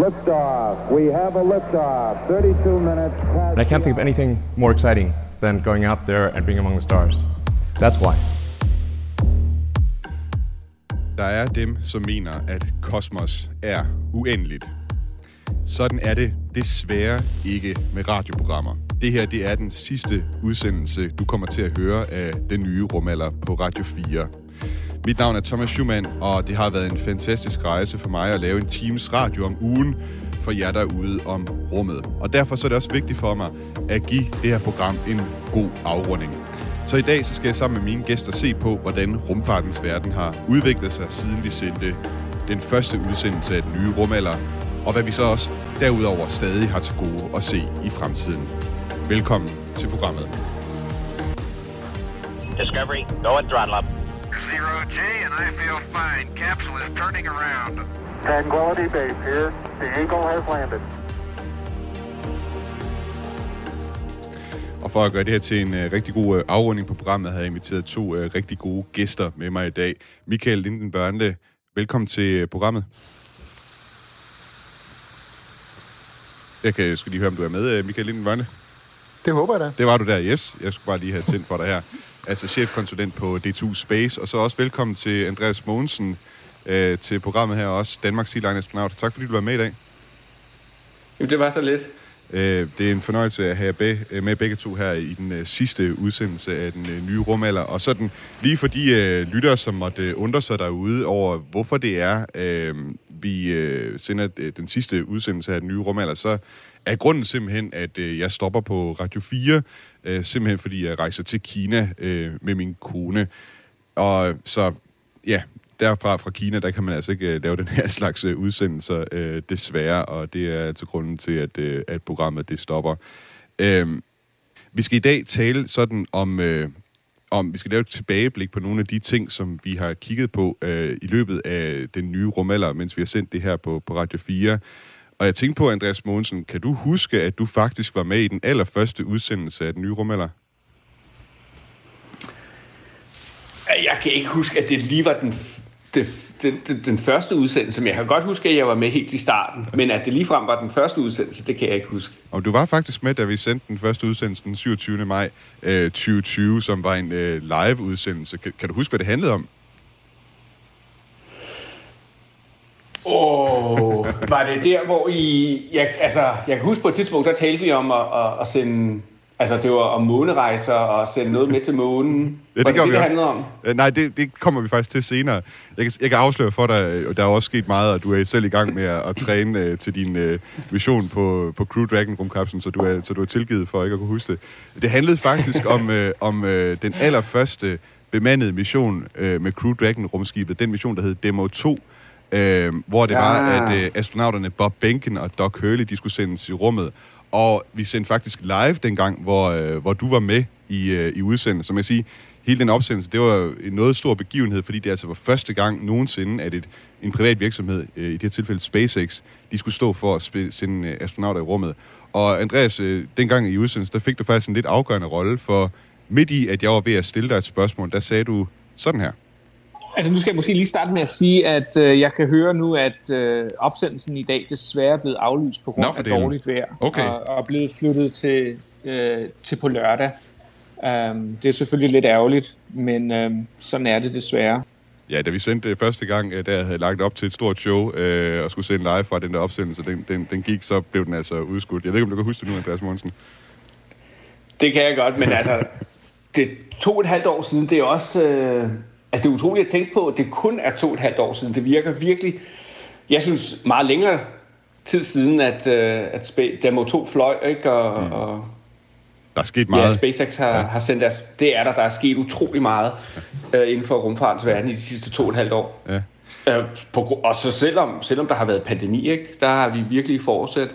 Liftoff. We have a liftoff. 32 minutes past. And I can't think of anything more exciting than going out there and being among the stars. That's why. Der er dem, som mener, at kosmos er uendeligt. Sådan er det desværre ikke med radioprogrammer. Det her, det er den sidste udsendelse, du kommer til at høre af Den Nye Rumalder på Radio 4. Mit navn er Thomas Schumann, og det har været en fantastisk rejse for mig at lave en times radio om ugen for jer derude om rummet. Og derfor så er det også vigtigt for mig at give det her program en god afrunding. Så i dag så skal jeg sammen med mine gæster se på, hvordan rumfartens verden har udviklet sig, siden vi sendte den første udsendelse af Den Nye Rumalder, og hvad vi så også derudover stadig har til gode at se i fremtiden. Velkommen til programmet. Discovery, go and throttle up. 0G, and I feel fine. Capsule is turning around. Tranquility Base here. The Eagle has landed. Og for at gøre det her til en rigtig god afrunding på programmet, har jeg inviteret to rigtig gode gæster med mig i dag. Michael Linden Børnle, velkommen til programmet. Jeg skal lige høre, om du er med, Michael Linden Børnle. Det håber jeg da. Det var du der, yes. Jeg skulle bare lige have tændt for dig her. Altså chefkonsulent på D2 Space. Og så også velkommen til Andreas Mogensen til programmet her også. Danmarks Sea Line astronaut. Tak fordi du var med i dag. Jamen, det var så lidt. Det er en fornøjelse at have med begge to her i den sidste udsendelse af Den Nye Rumalder. Og sådan lige for de lyttere, som måtte undre sig derude over, hvorfor det er, vi sender den sidste udsendelse af Den Nye Rumalder, så er grunden simpelthen, at jeg stopper på Radio 4, simpelthen fordi jeg rejser til Kina med min kone. Og så, ja, fra Kina, der kan man altså ikke lave den her slags udsendelser, desværre, og det er altså grunden til, at programmet det stopper. Vi skal i dag tale sådan om vi skal lave et tilbageblik på nogle af de ting, som vi har kigget på i løbet af Den Nye Rumalder, mens vi har sendt det her på Radio 4. Og jeg tænkte på, Andreas Mogensen, kan du huske, at du faktisk var med i den allerførste udsendelse af Den Nye Rumalder? Jeg kan ikke huske, at det lige var den første udsendelse, men jeg kan godt huske, at jeg var med helt i starten. Men at det ligefrem var den første udsendelse, det kan jeg ikke huske. Og du var faktisk med, da vi sendte den første udsendelse den 27. maj 2020, som var en live-udsendelse. Kan du huske, hvad det handlede om? Var det der, hvor jeg kan huske på et tidspunkt, der talte vi om at sende, altså det var om månerejser og sende noget med til månen. Ja, det det handlede om? Nej, det kommer vi faktisk til senere. Jeg kan afsløre for dig, og der er også sket meget, og du er selv i gang med at træne til din mission på Crew Dragon rumkapslen, så du er tilgivet for ikke at kunne huske det. Det handlede faktisk om den allerførste bemandede mission med Crew Dragon rumskibet, den mission, der hed Demo 2, hvor det var, at astronauterne Bob Behnken og Doug Hurley, de skulle sendes i rummet. Og vi sendte faktisk live dengang, hvor du var med i udsendelsen. Som jeg siger, hele den opsendelse, det var en noget stor begivenhed, fordi det altså var første gang nogensinde, at en privat virksomhed, i det her tilfælde SpaceX, de skulle stå for at sende astronauter i rummet. Og Andreas, dengang i udsendelsen, der fik du faktisk en lidt afgørende rolle, for midt i, at jeg var ved at stille dig et spørgsmål, der sagde du sådan her. Altså nu skal jeg måske lige starte med at sige, at jeg kan høre nu, at opsendelsen i dag desværre er blevet aflyst på grund af dårligt vejr, okay. og er blevet flyttet til på lørdag. Det er selvfølgelig lidt ærgerligt, men sådan er det desværre. Ja, da vi sendte det første gang, der jeg havde lagt op til et stort show og skulle sende live fra den der opsendelse, den gik, så blev den altså udskudt. Jeg ved ikke, om du kan huske det nu, Andreas Mogensen? Det kan jeg godt, men altså, det er 2,5 år siden, det er også... Altså det er utroligt at tænke på, at det kun er 2,5 år siden. Det virker virkelig, jeg synes, meget længere tid siden, at Demo 2 fløj, ikke? Og der er sket meget. Ja, SpaceX har sendt deres... Det er der er sket utrolig meget inden for rumfartens verden i de sidste 2,5 år. Ja. Og så selvom der har været pandemi, ikke? Der har vi virkelig fortsat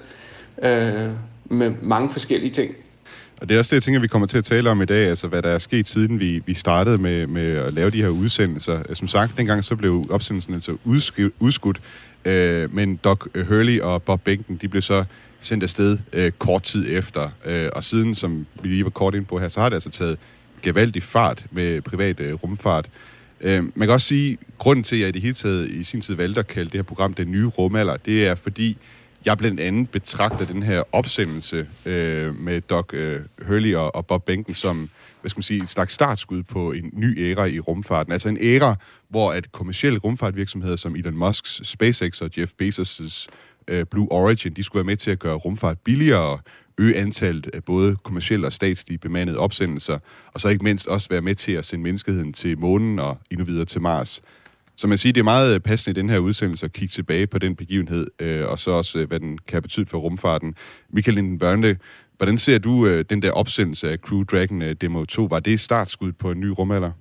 med mange forskellige ting. Og det er også det, jeg tænker, vi kommer til at tale om i dag, altså hvad der er sket siden vi startede med at lave de her udsendelser. Som sagt, dengang så blev opsendelsen altså udskudt, men Doug Hurley og Bob Behnken, de blev så sendt afsted kort tid efter. Og siden, som vi lige var kort ind på her, så har det altså taget gevaldig fart med privat rumfart. Man kan også sige, grunden til, at jeg i det hele taget i sin tid valgte at kalde det her program Den Nye Rumalder, det er fordi, jeg blandt andet betragter den her opsendelse med Doug Hurley og Bob Behnken som, hvad skal man sige, et slags startskud på en ny æra i rumfarten. Altså en æra, hvor at kommercielle rumfartvirksomheder som Elon Musks SpaceX og Jeff Bezos' Blue Origin, de skulle være med til at gøre rumfart billigere og øge antallet af både kommercielle og statslige bemandede opsendelser, og så ikke mindst også være med til at sende menneskeheden til månen og endnu videre til Mars. Så man siger, det er meget passende i den her udsendelse at kigge tilbage på den begivenhed, og så også, hvad den kan betyde for rumfarten. Michael Linden-Börnle, hvordan ser du den der opsendelse af Crew Dragon Demo 2? Var det startskud på en ny rumalder?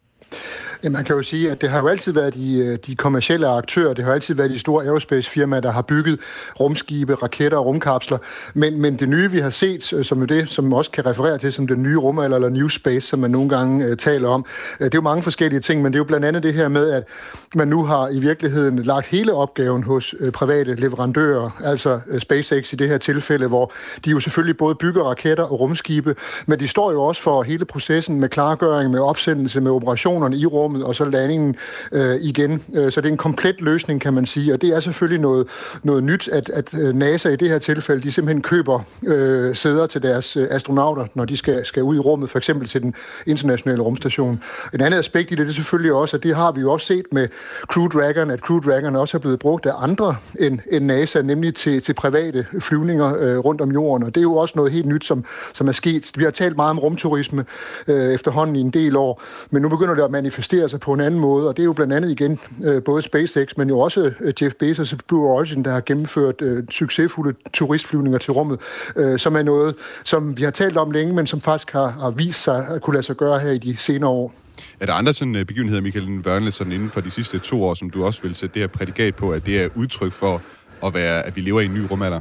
Ja, man kan jo sige, at det har jo altid været de kommercielle aktører, det har altid været de store aerospace-firmaer, der har bygget rumskibe, raketter og rumkapsler. Men det nye, vi har set, som jo det, som også kan referere til som den nye rumalder eller New Space, som man nogle gange taler om, det er jo mange forskellige ting, men det er jo blandt andet det her med, at man nu har i virkeligheden lagt hele opgaven hos private leverandører, altså SpaceX i det her tilfælde, hvor de jo selvfølgelig både bygger raketter og rumskibe, men de står jo også for hele processen med klargøring, med opsendelse, med operationerne i rummet, og så landingen igen. Så det er en komplet løsning, kan man sige, og det er selvfølgelig noget nyt, at NASA i det her tilfælde, de simpelthen køber sæder til deres astronauter, når de skal ud i rummet, for eksempel til den internationale rumstation. Et andet aspekt i det er selvfølgelig også, at det har vi jo også set med Crew Dragon, at Crew Dragon også er blevet brugt af andre end NASA, nemlig til private flyvninger rundt om jorden, og det er jo også noget helt nyt, som er sket. Vi har talt meget om rumturisme efterhånden i en del år, men nu begynder det at manifestere sig på en anden måde, og det er jo blandt andet igen både SpaceX, men jo også Jeff Bezos' Blue Origin, der har gennemført succesfulde turistflyvninger til rummet, som er noget, som vi har talt om længe, men som faktisk har vist sig at kunne lade sig gøre her i de senere år. Er der andre sådan begivenheder, Michael Linden-Börnle, sådan inden for de sidste 2 år, som du også vil sætte det her prædikat på, at det er udtryk for at vi lever i en ny rumalder?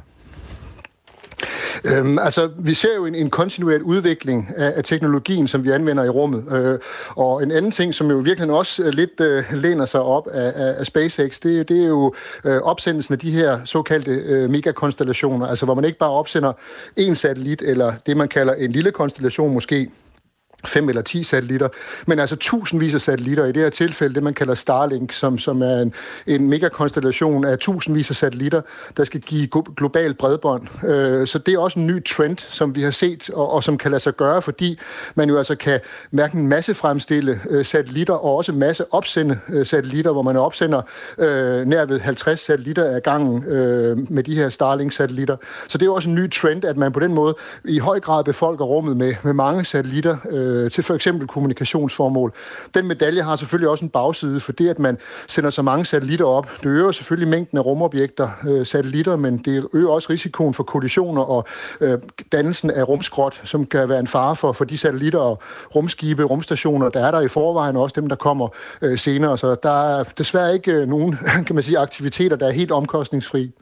Altså, vi ser jo en kontinuerlig udvikling af teknologien, som vi anvender i rummet. Og en anden ting, som jo virkelig også lidt læner sig op af SpaceX, det er jo opsendelsen af de her såkaldte megakonstellationer, altså hvor man ikke bare opsender en satellit, eller det man kalder en lille konstellation måske, 5 eller 10 satellitter, men altså tusindvis af satellitter, i det her tilfælde det, man kalder Starlink, som er en megakonstellation af tusindvis af satellitter, der skal give global bredbånd. Så det er også en ny trend, som vi har set, og som kan lade sig gøre, fordi man jo altså kan hverken masse fremstille satellitter, og også masse opsende satellitter, hvor man opsender nær ved 50 satellitter ad gangen med de her Starlink-satellitter. Så det er også en ny trend, at man på den måde i høj grad befolker rummet med mange satellitter, til for eksempel kommunikationsformål. Den medalje har selvfølgelig også en bagside, for det, at man sender så mange satellitter op, det øger selvfølgelig mængden af rumobjekter, satellitter, men det øger også risikoen for kollisioner og dannelsen af rumskrot, som kan være en fare for de satellitter og rumskibe, rumstationer, der er der i forvejen, og også dem, der kommer senere. Så der er desværre ikke nogen, kan man sige, aktiviteter, der er helt omkostningsfri. I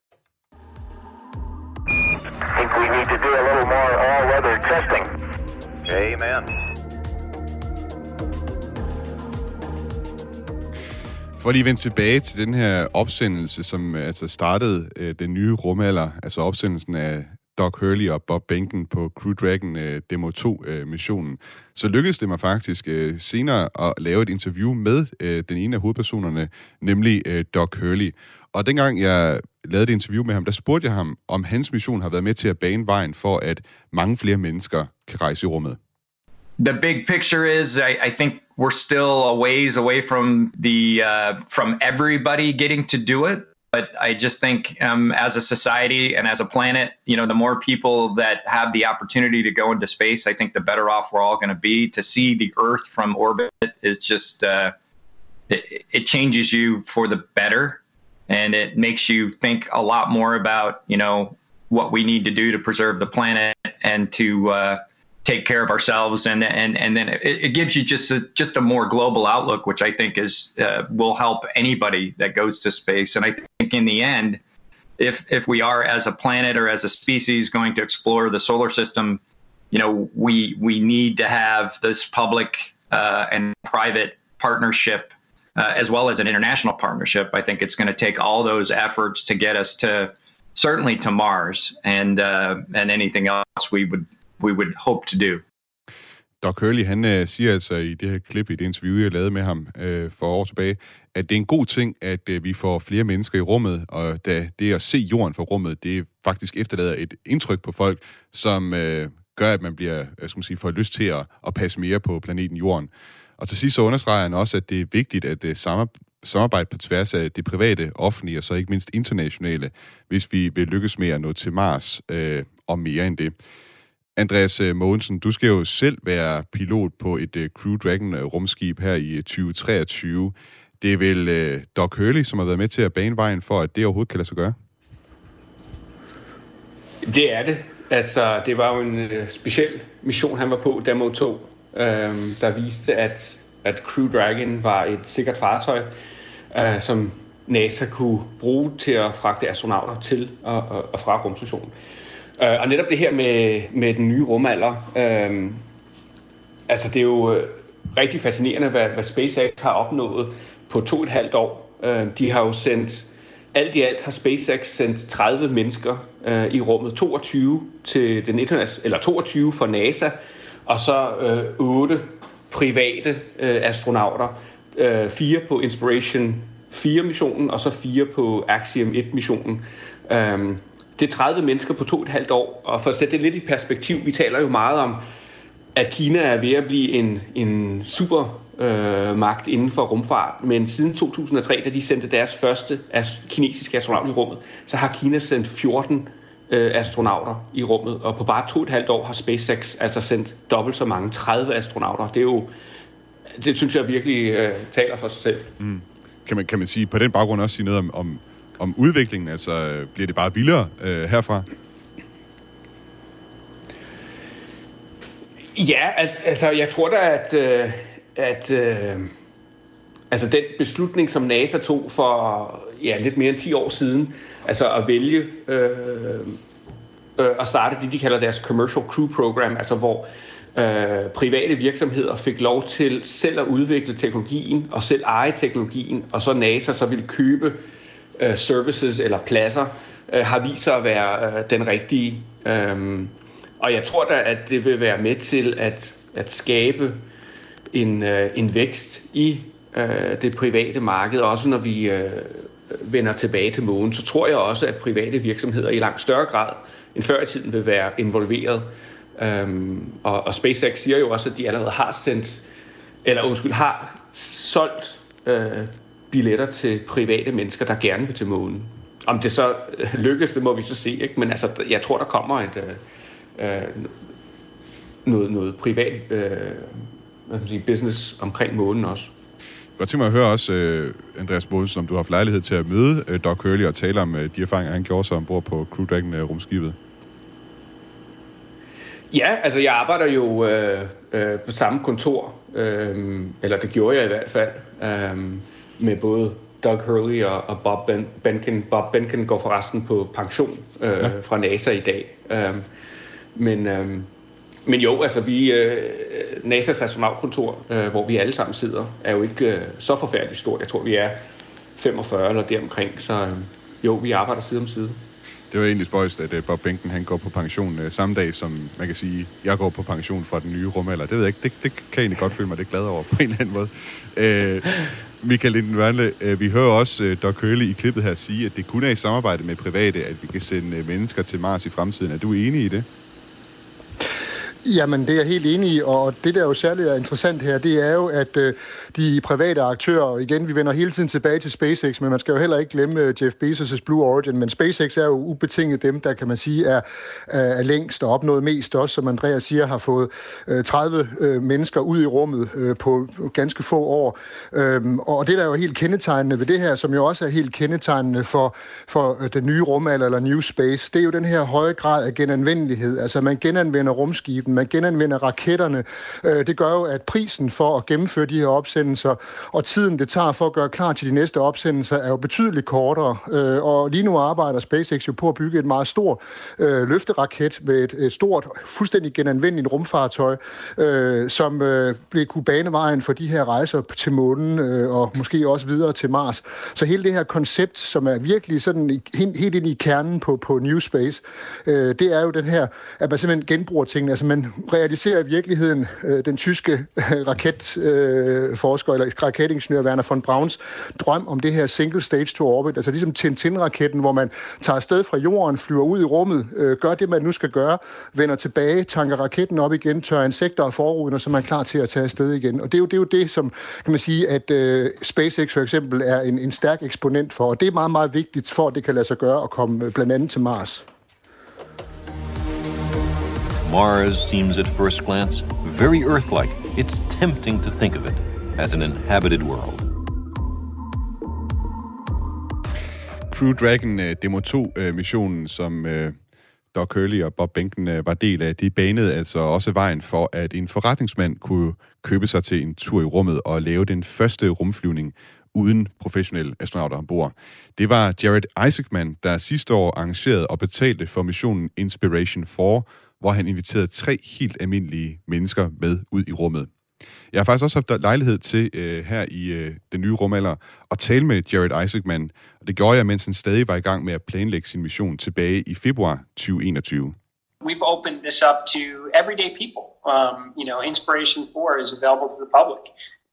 think we need to do a little more all-weather testing. Amen. For lige at vende tilbage til den her opsendelse, som altså startede den nye rumalder, altså opsendelsen af Doug Hurley og Bob Behnken på Crew Dragon Demo 2-missionen, så lykkedes det mig faktisk senere at lave et interview med den ene af hovedpersonerne, nemlig Doug Hurley. Og dengang jeg lavede et interview med ham, der spurgte jeg ham, om hans mission har været med til at bane vejen for, at mange flere mennesker kan rejse i rummet. The big picture is, I think we're still a ways away from from everybody getting to do it. But I just think as a society and as a planet, the more people that have the opportunity to go into space, I think the better off we're all going to be. To see the Earth from orbit is just, it changes you for the better. And it makes you think a lot more about, what we need to do to preserve the planet and to take care of ourselves. And then it gives you just a more global outlook, which I think will help anybody that goes to space. And I think in the end, if we are as a planet or as a species going to explore the solar system, we need to have this public and private partnership as well as an international partnership. I think it's going to take all those efforts to get us certainly to Mars and anything else we would hope to do. Doug Hurley, han siger altså i det her klip, i det interview, jeg lavede med ham for år tilbage, at det er en god ting, at vi får flere mennesker i rummet, og da det at se jorden fra rummet, det faktisk efterlader et indtryk på folk, som gør, at man bliver, får lyst til at passe mere på planeten Jorden. Og til sidst så understreger han også, at det er vigtigt at samarbejde på tværs af det private, offentlige og så ikke mindst internationale, hvis vi vil lykkes med at nå til Mars og mere end det. Andreas Mogensen, du skal jo selv være pilot på et Crew Dragon rumskib her i 2023. Det er vel Doug Hurley, som har været med til at bane vejen for, at det overhovedet kan lade sig gøre? Det er det. Altså, det var jo en speciel mission, han var på, Demo 2, der viste, at Crew Dragon var et sikkert fartøj, som NASA kunne bruge til at fragte astronauter til og fra rumstationen. Og netop det her med den nye rumalder, altså det er jo rigtig fascinerende, hvad SpaceX har opnået på 2,5 år. De har jo sendt, alt i alt har SpaceX sendt 30 mennesker i rummet, 22 til den 22 for NASA, og så 8 private astronauter, 4 på Inspiration 4-missionen, og så 4 på Axiom 1-missionen. Det er 30 mennesker på 2,5 år, og for at sætte det lidt i perspektiv, vi taler jo meget om, at Kina er ved at blive en supermagt inden for rumfart, men siden 2003, da de sendte deres første kinesiske astronaut i rummet, så har Kina sendt 14 astronauter i rummet, og på bare 2,5 år har SpaceX altså sendt dobbelt så mange, 30 astronauter. Det synes jeg virkelig taler for sig selv. Mm. Kan man sige, på den baggrund også sige noget om udviklingen? Altså, bliver det bare billigere herfra? Ja, altså jeg tror da, at den beslutning, som NASA tog for lidt mere end 10 år siden, altså at vælge at starte det, de kalder deres Commercial Crew Program, altså hvor private virksomheder fik lov til selv at udvikle teknologien og selv eje teknologien, og så NASA så ville købe services eller pladser, har vist sig at være den rigtige. Og jeg tror da, at det vil være med til at skabe en vækst i det private marked. Også når vi vender tilbage til månen, så tror jeg også, at private virksomheder i langt større grad end før i tiden vil være involveret. Og SpaceX siger jo også, at de allerede har har solgt billetter til private mennesker, der gerne vil til månen. Om det så lykkes, det må vi så se, ikke? Men altså, jeg tror, der kommer noget privat business omkring månen også. Jeg godt tænke mig at høre også, Andreas Mogensen, om du har haft lejlighed til at møde Doug Hurley og tale om de erfaringer, han gjorde sig ombord på Crew Dragon-rumskibet. Ja, altså jeg arbejder jo på samme kontor, eller det gjorde jeg i hvert fald, med både Doug Hurley og Bob Behnken. Bob Behnken går forresten på pension fra NASA i dag. Men jo, altså NASA's astronautkontor, hvor vi alle sammen sidder, er jo ikke så forfærdeligt stort. Jeg tror, vi er 45 eller deromkring, så jo, vi arbejder side om side. Det var egentlig spøjst, at Bob Behnken, han går på pension samme dag, som man kan sige, jeg går på pension fra den nye rumalder. Det ved jeg ikke, det kan jeg egentlig godt føle mig lidt glad over på en eller anden måde. Michael Linden-Wernle, vi hører også Doug Hurley i klippet her sige, at det kun er i samarbejde med private, at vi kan sende mennesker til Mars i fremtiden. Er du enig i det? Jamen, det er jeg helt enig i, og det, der jo særligt er interessant her, det er jo, at de private aktører, og igen, vi vender hele tiden tilbage til SpaceX, men man skal jo heller ikke glemme Jeff Bezos' Blue Origin, men SpaceX er jo ubetinget dem, der kan man sige er længst og opnået mest også, som Andreas siger, har fået 30 mennesker ud i rummet på ganske få år. Og det, der er jo helt kendetegnende ved det her, som jo også er helt kendetegnende for den nye rumalder eller New Space, det er jo den her høje grad af genanvendelighed. Altså, man genanvender rumskiben, man genanvender raketterne. Det gør jo, at prisen for at gennemføre de her opsendelser, og tiden, det tager for at gøre klar til de næste opsendelser, er jo betydeligt kortere. Og lige nu arbejder SpaceX jo på at bygge et meget stort løfteraket med et stort, fuldstændig genanvendeligt rumfartøj, som vil kunne bane vejen for de her rejser til månen, og måske også videre til Mars. Så hele det her koncept, som er virkelig sådan helt ind i kernen på New Space, det er jo den her, at man simpelthen genbruger tingene. Altså man man realiserer i virkeligheden den tyske raketforsker eller raketingeniør Werner von Brauns drøm om det her single stage to orbit, altså ligesom Tintin-raketten, hvor man tager afsted fra jorden, flyver ud i rummet, gør det, man nu skal gøre, vender tilbage, tanker raketten op igen, tørrer insekter af forruden, og så er man klar til at tage afsted igen. Og det er jo det, som kan man sige, at SpaceX for eksempel er en stærk eksponent for, og det er meget, meget vigtigt for, at det kan lade sig gøre at komme blandt andet til Mars. Mars seems at first glance very Earth-like. It's tempting to think of it as an inhabited world. Crew Dragon Demo 2-missionen, som Doug Hurley og Bob Behnken var del af, de banede altså også vejen for, at en forretningsmand kunne købe sig til en tur i rummet og lave den første rumflyvning uden professionelle astronauter ombord. Det var Jared Isaacman, der sidste år arrangerede og betalte for missionen Inspiration 4, hvor han inviterede 3 helt almindelige mennesker med ud i rummet. Jeg har faktisk også haft lejlighed til her i den nye rumalder at tale med Jared Isaacman, og det gjorde jeg, mens han stadig var i gang med at planlægge sin mission tilbage i februar 2021. We've opened this up to everyday people. Inspiration 4 is available to the public.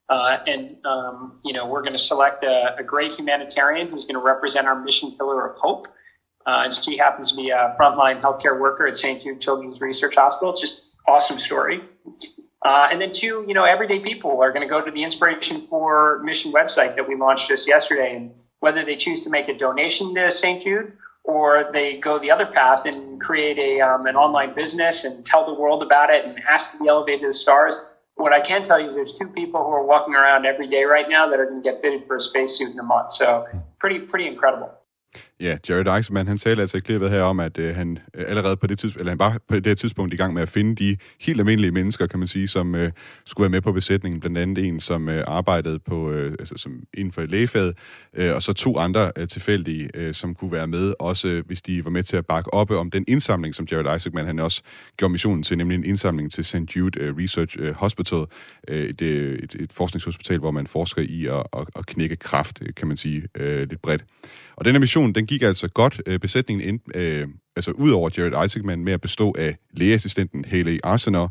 We're going to select a great humanitarian who's going to represent our mission pillar of hope. And she happens to be a frontline healthcare worker at St. Jude Children's Research Hospital. Just awesome story. And then 2, everyday people are going to go to the Inspiration 4 mission website that we launched just yesterday. And whether they choose to make a donation to St. Jude or they go the other path and create an online business and tell the world about it and ask to be elevated to the stars, what I can tell you is there's 2 people who are walking around every day right now that are going to get fitted for a spacesuit in a month. So pretty incredible. Ja, Jared Isaacman, han talte altså i klippet her om, at han allerede på det tidspunkt, eller han var på det tidspunkt i gang med at finde de helt almindelige mennesker, kan man sige, som skulle være med på besætningen. Blandt andet en, som arbejdede på, som inden for lægefaget, og så 2 andre tilfældige, som kunne være med, også hvis de var med til at bakke op om den indsamling, som Jared Isaacman han også gjorde missionen til, nemlig en indsamling til St. Jude Research Hospital, et forskningshospital, hvor man forsker i at knække kræft, kan man sige, lidt bredt. Og denne mission, den gik altså godt. Besætningen ud over Jared Isaacman med at bestå af lægeassistenten Haley Arsenault,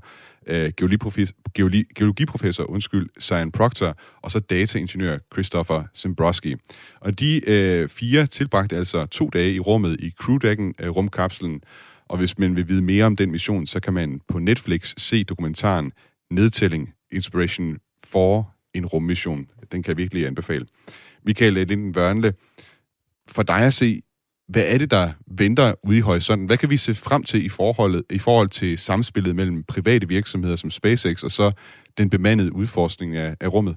geologiprofessor Sian Proctor, og så dataingeniør Christopher Zimbroski. Og de 4 tilbragte altså 2 dage i rummet i Crew Dragon rumkapslen. Og hvis man vil vide mere om den mission, så kan man på Netflix se dokumentaren Nedtælling Inspiration 4, en rummission. Den kan jeg virkelig anbefale. Michael Linden Wørnle, for dig at se, hvad er det, der venter ude i horisonten? Hvad kan vi se frem til i forhold til samspillet mellem private virksomheder som SpaceX og så den bemandede udforskning af rummet?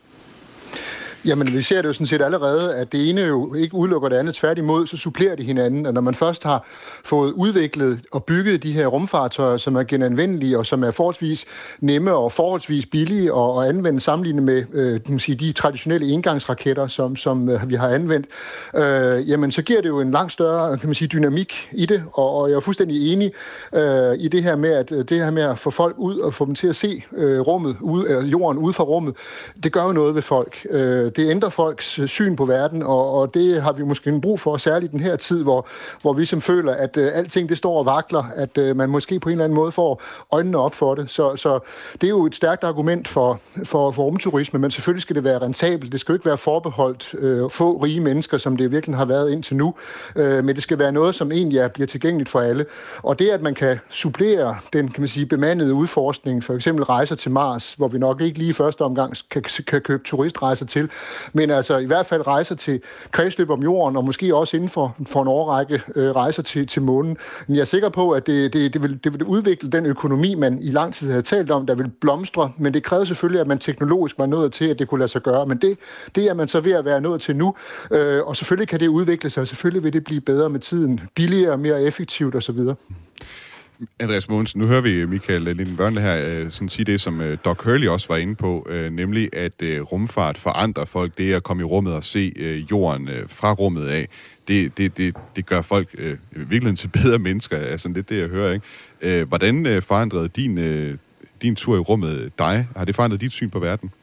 Jamen, vi ser det jo sådan set allerede, at det ene jo ikke udelukker det andet. Tværtimod, så supplerer de hinanden. Og når man først har fået udviklet og bygget de her rumfartøjer, som er genanvendelige og som er forholdsvis nemme og forholdsvis billige at anvende sammenlignet med de traditionelle engangsraketter, som vi har anvendt, jamen så giver det jo en langt større, kan man sige, dynamik i det. Og jeg er fuldstændig enig i det her med at få folk ud og få dem til at se jorden ude fra rummet. Det gør jo noget ved folk. Det ændrer folks syn på verden, og det har vi måske brug for, særligt i den her tid, hvor vi som føler, at alting det står og vakler, at man måske på en eller anden måde får øjnene op for det. Så det er jo et stærkt argument for rumturisme, men selvfølgelig skal det være rentabelt. Det skal jo ikke være forbeholdt få rige mennesker, som det virkelig har været indtil nu, men det skal være noget, som egentlig bliver tilgængeligt for alle. Og det, at man kan supplere den, kan man sige, bemandede udforskning, for eksempel rejser til Mars, hvor vi nok ikke lige i første omgang kan købe turistrejser til, men altså i hvert fald rejser til kredsløb om jorden, og måske også inden for en årrække rejser til månen. Men jeg er sikker på, at det vil udvikle den økonomi, man i lang tid havde talt om, der vil blomstre, men det krævede selvfølgelig, at man teknologisk var nået til, at det kunne lade sig gøre. Men det er man så ved at være nået til nu, og selvfølgelig kan det udvikle sig, og selvfølgelig vil det blive bedre med tiden, billigere, mere effektivt osv. Andreas Mogensen, nu hører vi Michael Linden Wørnle her sådan sige det, som Doug Hurley også var inde på, nemlig at rumfart forandrer folk. Det at komme i rummet og se jorden fra rummet af, det gør folk i virkeligheden til bedre mennesker, er sådan lidt det, jeg hører, ikke? Hvordan forandrede din tur i rummet dig? Har det forandret dit syn på verden?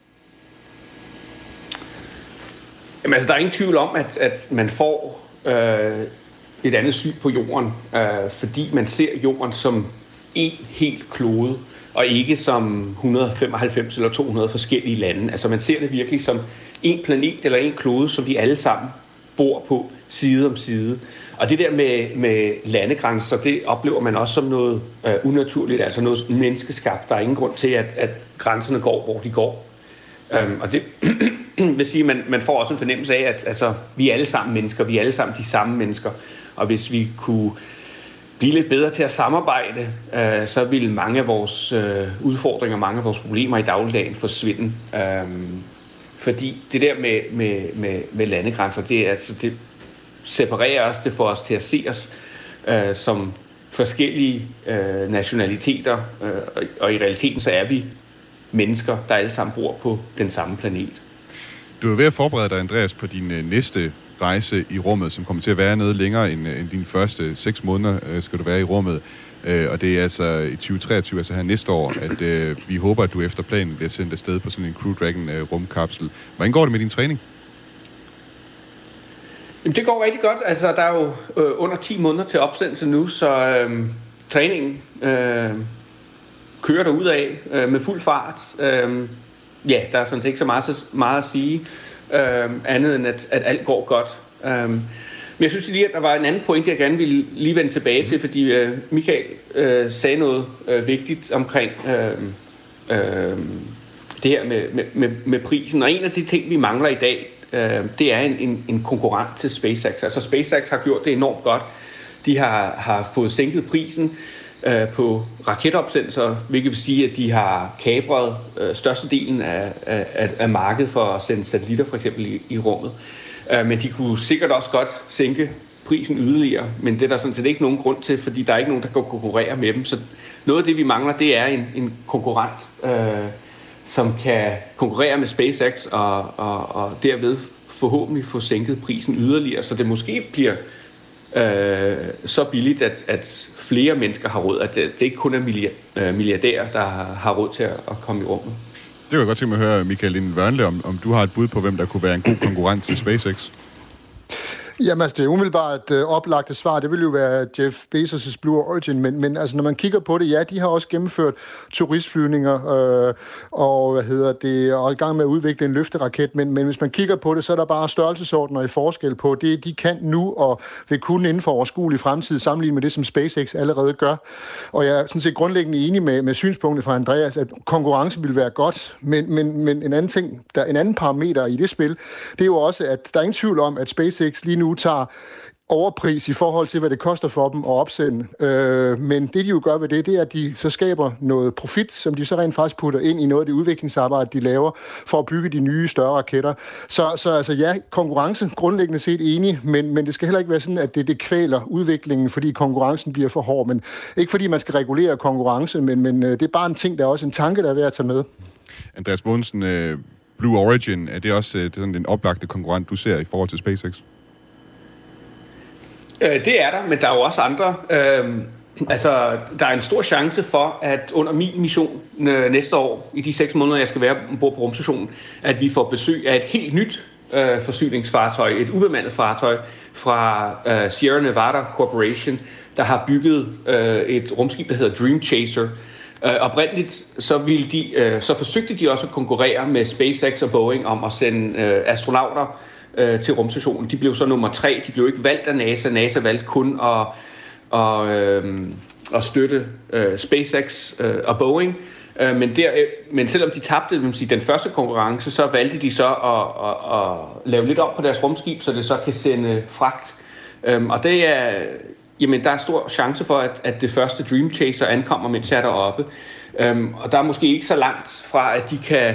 Jamen altså, der er ingen tvivl om, at man får et andet syn på jorden, fordi man ser jorden som en helt klode, og ikke som 195 eller 200 forskellige lande. Altså man ser det virkelig som en planet eller en klode, som vi alle sammen bor på side om side. Og det der med landegrænser, det oplever man også som noget unaturligt, altså noget menneskeskabt. Der er ingen grund til, at grænserne går, hvor de går. Og det vil sige, at man får også en fornemmelse af, at altså, vi er alle sammen mennesker, vi er alle sammen de samme mennesker. Og hvis vi kunne blive lidt bedre til at samarbejde, så ville mange af vores udfordringer, mange af vores problemer i dagligdagen forsvinde. Fordi det der med landegrænser, det separerer os, det får os til at se os som forskellige nationaliteter, og i realiteten så er vi mennesker, der alle sammen bor på den samme planet. Du er ved at forberede dig, Andreas, på din næste rejse i rummet, som kommer til at være noget længere end dine første 6 måneder, skal du være i rummet. Og det er altså i 2023, altså her næste år, at vi håber, at du efter planen bliver sendt afsted på sådan en Crew Dragon rumkapsel. Hvordan går det med din træning? Jamen, det går rigtig godt. Altså, der er jo under 10 måneder til opsendelse nu, så træningen kører derudad med fuld fart. Ja, der er sådan set ikke så meget at sige, andet end at alt går godt. Men jeg synes lige, at der var en anden point, jeg gerne ville lige vende tilbage til, fordi Michael sagde noget vigtigt omkring det her med prisen. Og en af de ting, vi mangler i dag, det er en konkurrent til SpaceX. Altså SpaceX har gjort det enormt godt. De har fået sænket prisen på raketopsendelser, hvilket vil sige, at de har kapret størstedelen af markedet for at sende satellitter for eksempel i rummet. Men de kunne sikkert også godt sænke prisen yderligere, men det er der sådan set ikke nogen grund til, fordi der er ikke nogen, der kan konkurrere med dem. Så noget af det, vi mangler, det er en konkurrent, som kan konkurrere med SpaceX og derved forhåbentlig få sænket prisen yderligere, så det måske bliver så billigt, at flere mennesker har råd, at det ikke kun er milliardærer, der har råd til at komme i rummet. Det vil jeg godt tænke mig at høre, Michael Lind Wørnle, om du har et bud på, hvem der kunne være en god konkurrent til SpaceX? Jamen, altså, det er umiddelbart oplagte svar. Det vil jo være Jeff Bezos' Blue Origin, men altså, når man kigger på det, ja, de har også gennemført turistflyvninger og er i gang med at udvikle en løfteraket, men hvis man kigger på det, så er der bare størrelsesordner i forskel på det, de kan nu og vil kunne inden for overskuelig fremtid sammenlignet med det, som SpaceX allerede gør. Og jeg er sådan set grundlæggende enig med synspunktet fra Andreas, at konkurrence vil være godt, men en anden ting, der er en anden parameter i det spil, det er jo også, at der er ingen tvivl om, at SpaceX lige nu tager overpris i forhold til, hvad det koster for dem at opsende. Men det, de jo gør ved det er, at de så skaber noget profit, som de så rent faktisk putter ind i noget af det udviklingsarbejde, de laver for at bygge de nye, større raketter. Så altså ja, konkurrence grundlæggende set enig, men det skal heller ikke være sådan, at det kvæler udviklingen, fordi konkurrencen bliver for hård. Men ikke fordi man skal regulere konkurrence, men det er bare en ting, der er også en tanke, der er værd at tage med. Andreas Mogensen, Blue Origin, er det også sådan den oplagte konkurrent, du ser i forhold til SpaceX? Det er der, men der er jo også andre. Altså, der er en stor chance for, at under min mission næste år, i de 6 måneder, jeg skal være ombord på rumstationen, at vi får besøg af et helt nyt forsyningsfartøj, et ubemandet fartøj fra Sierra Nevada Corporation, der har bygget et rumskib, der hedder Dream Chaser. Oprindeligt så forsøgte de også at konkurrere med SpaceX og Boeing om at sende astronauter til rumstationen. De blev så nummer 3. De blev ikke valgt af NASA. NASA valgte kun at støtte SpaceX og Boeing. Men selvom de tabte den første konkurrence, så valgte de så at lave lidt op på deres rumskib, så det så kan sende fragt. Og det er... Jamen, der er stor chance for, at det første Dream Chaser ankommer, mens jeg er deroppe. Og der er måske ikke så langt fra, at de kan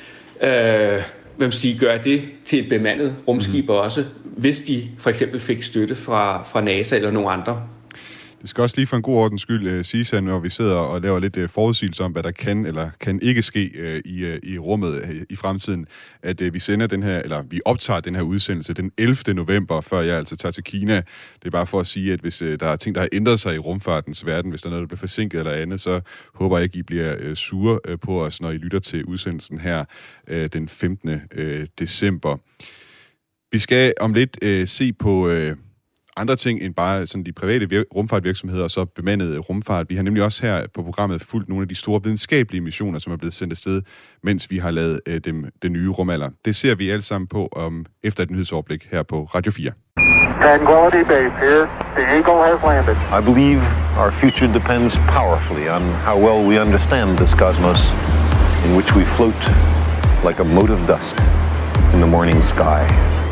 gøre det til et bemandet rumskib også, hvis de for eksempel fik støtte fra NASA eller nogle andre. Det skal også lige for en god ordens skyld siges, når vi sidder og laver lidt forudsigelse om, hvad der kan eller kan ikke ske i rummet i fremtiden, at vi sender den her, eller vi optager den her udsendelse den 11. november, før jeg altså tager til Kina. Det er bare for at sige, at hvis der er ting, der har ændret sig i rumfartens verden, hvis der er noget, der bliver forsinket eller andet, så håber jeg ikke, I bliver sure på os, når I lytter til udsendelsen her den 15. december. Vi skal om lidt se på andre ting end bare sådan de private rumfartvirksomheder og så bemandet rumfart. Vi har nemlig også her på programmet fulgt nogle af de store videnskabelige missioner, som er blevet sendt afsted, mens vi har lavet den nye rumalder. Det ser vi alle sammen på efter et nyhedsoverblik her på Radio 4. Tranquility Base here. The Eagle has landed. I believe our future depends powerfully on how well we understand this cosmos in which we float like a mote of dust in the morning sky.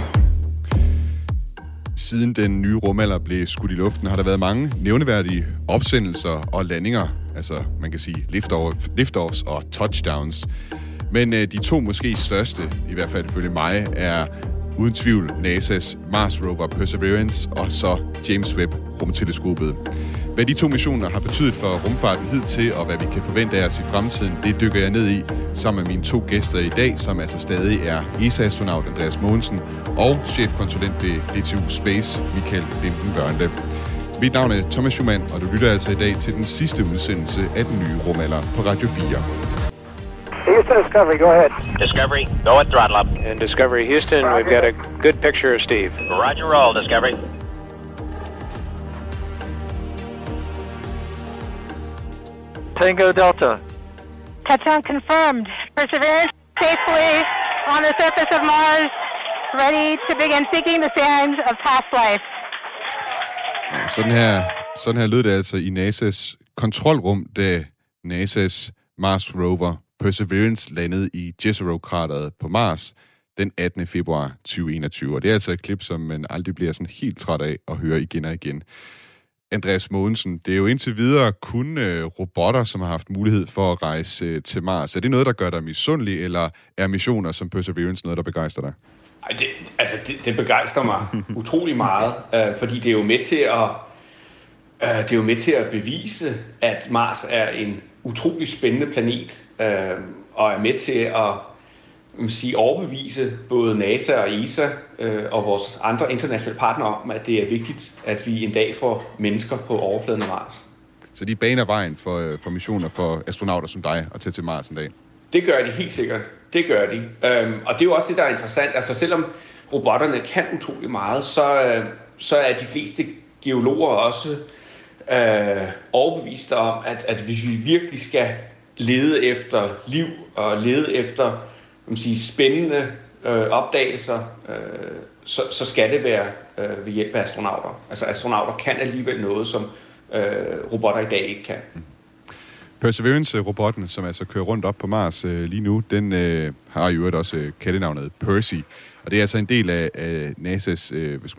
Siden den nye rumalder blev skudt i luften, har der været mange nævneværdige opsendelser og landinger. Altså, man kan sige liftoffs og touchdowns. Men de to måske største, i hvert fald ifølge mig, er uden tvivl NASA's Mars rover Perseverance og så James Webb rumteleskopet. Hvad de to missioner har betydet for rumfarten hidtil, og hvad vi kan forvente af os i fremtiden, det dykker jeg ned i sammen med mine to gæster i dag, som altså stadig er ESA-astronaut Andreas Mogensen og chefkonsulent ved DTU Space, Michael Linden Børnle. Mit navn er Thomas Schumann, og du lytter altså i dag til den sidste udsendelse af den nye rumalder på Radio 4. Houston Discovery, go ahead. Discovery, go at throttle up. And Discovery Houston, we've got a good picture of Steve. Roger, roll, Discovery. Tango Delta. Touchdown confirmed. Perseverance safely on the surface of Mars, ready to begin seeking the signs of past life. Ja, sådan her lød det altså i NASA's kontrolrum, da NASA's Mars rover Perseverance landede i Jezero-krateret på Mars den 18. februar 2021. Og det er altså et klip, som man aldrig bliver sådan helt træt af at høre igen og igen. Andreas Mogensen, det er jo indtil videre kun robotter, som har haft mulighed for at rejse til Mars. Er det noget, der gør dig misundelig, eller er missioner som Perseverance noget, der begejstrer dig? Det begejstrer mig utrolig meget, fordi det er jo med til at bevise, at Mars er en utrolig spændende planet, og er med til at overbevise både NASA og ESA og vores andre internationale partnere om, at det er vigtigt, at vi en dag får mennesker på overfladen af Mars. Så de baner vejen for missioner for astronauter som dig at tage til Mars en dag? Det gør de helt sikkert. Det gør de. Og det er jo også det, der er interessant. Altså selvom robotterne kan utrolig meget, så er de fleste geologer også overbevist om, at hvis vi virkelig skal lede efter liv og lede efter spændende opdagelser, så skal det være ved hjælp af astronauter. Altså astronauter kan alligevel noget, som robotter i dag ikke kan. Perseverance-robotten, som altså kører rundt op på Mars lige nu, den har jo også kaldenavnet Percy. Og det er altså en del af NASA's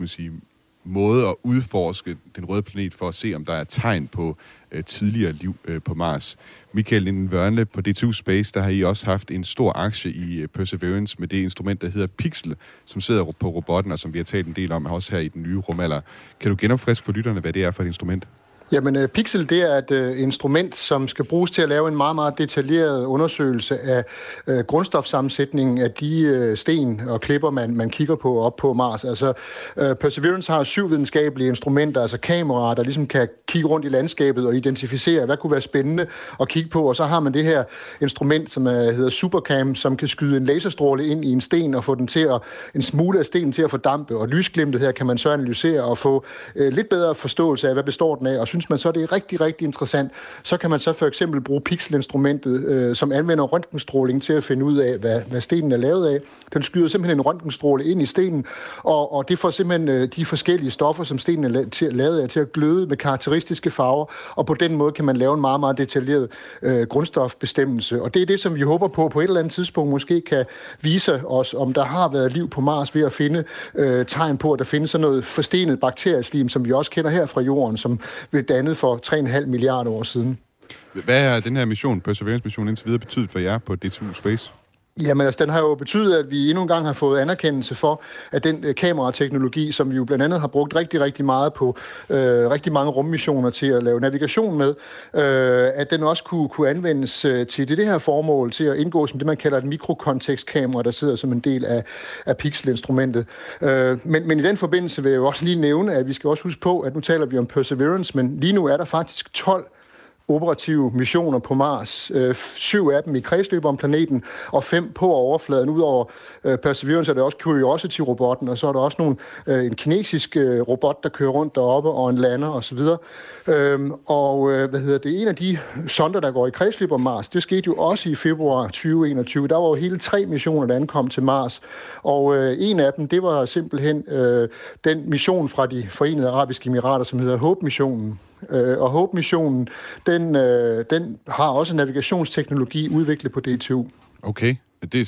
måde at udforske den røde planet for at se, om der er tegn på tidligere liv på Mars. Michael Linden Børnle på DTU Space, der har I også haft en stor aktie i Perseverance med det instrument, der hedder Pixel, som sidder på robotten, og som vi har talt en del om også her i den nye rumalder. Kan du genopfriske for lytterne, hvad det er for et instrument? Jamen, Pixel, det er et instrument, som skal bruges til at lave en meget, meget detaljeret undersøgelse af grundstofsammensætningen af de sten og klipper, man kigger på op på Mars. Altså, Perseverance har 7 videnskabelige instrumenter, altså kameraer, der ligesom kan kigge rundt i landskabet og identificere, hvad kunne være spændende at kigge på. Og så har man det her instrument, som hedder Supercam, som kan skyde en laserstråle ind i en sten og få den til en smule af stenen til at fordampe. Og lysglimtet her kan man så analysere og få lidt bedre forståelse af, hvad består den af. Og synes man så, det er rigtig, rigtig interessant, så kan man så for eksempel bruge Pixel-instrumentet, som anvender røntgenstråling til at finde ud af, hvad stenen er lavet af. Den skyder simpelthen en røntgenstråle ind i stenen, og det får simpelthen de forskellige stoffer, som stenen er lavet af, til at gløde med karakteristiske farver, og på den måde kan man lave en meget, meget detaljeret grundstofbestemmelse. Og det er det, som vi håber på et eller andet tidspunkt måske kan vise os, om der har været liv på Mars ved at finde tegn på, at der findes sådan noget forstenet bakterieslim, som vi også kender her fra jorden, som blev dannet for 3,5 milliarder år siden. Hvad er den her mission, Perseverance-mission, indtil videre betydet for jer på DTU Space? Jamen altså, den har jo betydet, at vi endnu en gang har fået anerkendelse for, at den kamerateknologi, som vi jo blandt andet har brugt rigtig, rigtig meget på rigtig mange rummissioner til at lave navigation med, at den også kunne anvendes til det her formål, til at indgå som det, man kalder et mikrokontekstkamera, der sidder som en del af Pixel-instrumentet. Men i den forbindelse vil jeg jo også lige nævne, at vi skal også huske på, at nu taler vi om Perseverance, men lige nu er der faktisk 12 operative missioner på Mars. 7 af dem i kredsløb om planeten, og 5 på overfladen. Udover Perseverance er der også Curiosity-robotten, og så er der også en kinesisk robot, der kører rundt deroppe, og en lander osv. En af de sonder, der går i kredsløb om Mars, det skete jo også i februar 2021. Der var jo hele 3 missioner, der ankom til Mars, og en af dem, det var simpelthen den mission fra de Forenede Arabiske Emirater, som hedder HOPE-missionen. Og HOPE-missionen, den har også navigationsteknologi udviklet på DTU. Okay, det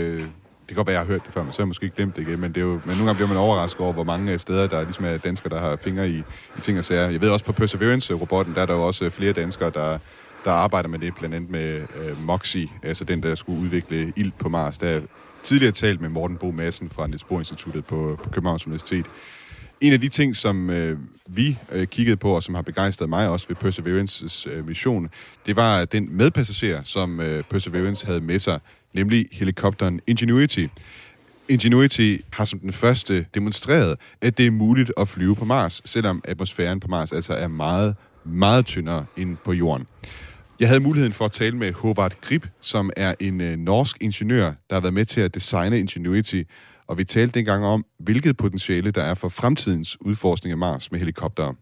kan godt være, jeg har hørt det før, men så har jeg måske glemt det igen, men nogle gange bliver man overrasket over, hvor mange steder der ligesom er danskere, der har fingre i ting og sager. Jeg ved også på Perseverance-robotten, der er der jo også flere danskere, der arbejder med det, blandt andet med MOXIE, altså den, der skulle udvikle ilt på Mars. Der er tidligere talt med Morten Bo Madsen fra Niels Bohr Instituttet på Københavns Universitet. En af de ting, som vi kiggede på, og som har begejstret mig også ved Perseverances mission, det var den medpassager, som Perseverance havde med sig, nemlig helikopteren Ingenuity. Ingenuity har som den første demonstreret, at det er muligt at flyve på Mars, selvom atmosfæren på Mars altså er meget, meget tyndere end på Jorden. Jeg havde muligheden for at tale med Håvard Grip, som er en norsk ingeniør, der har været med til at designe Ingenuity, og vi talte dengang om, hvilket potentiale der er for fremtidens udforskning af Mars med helikoptere.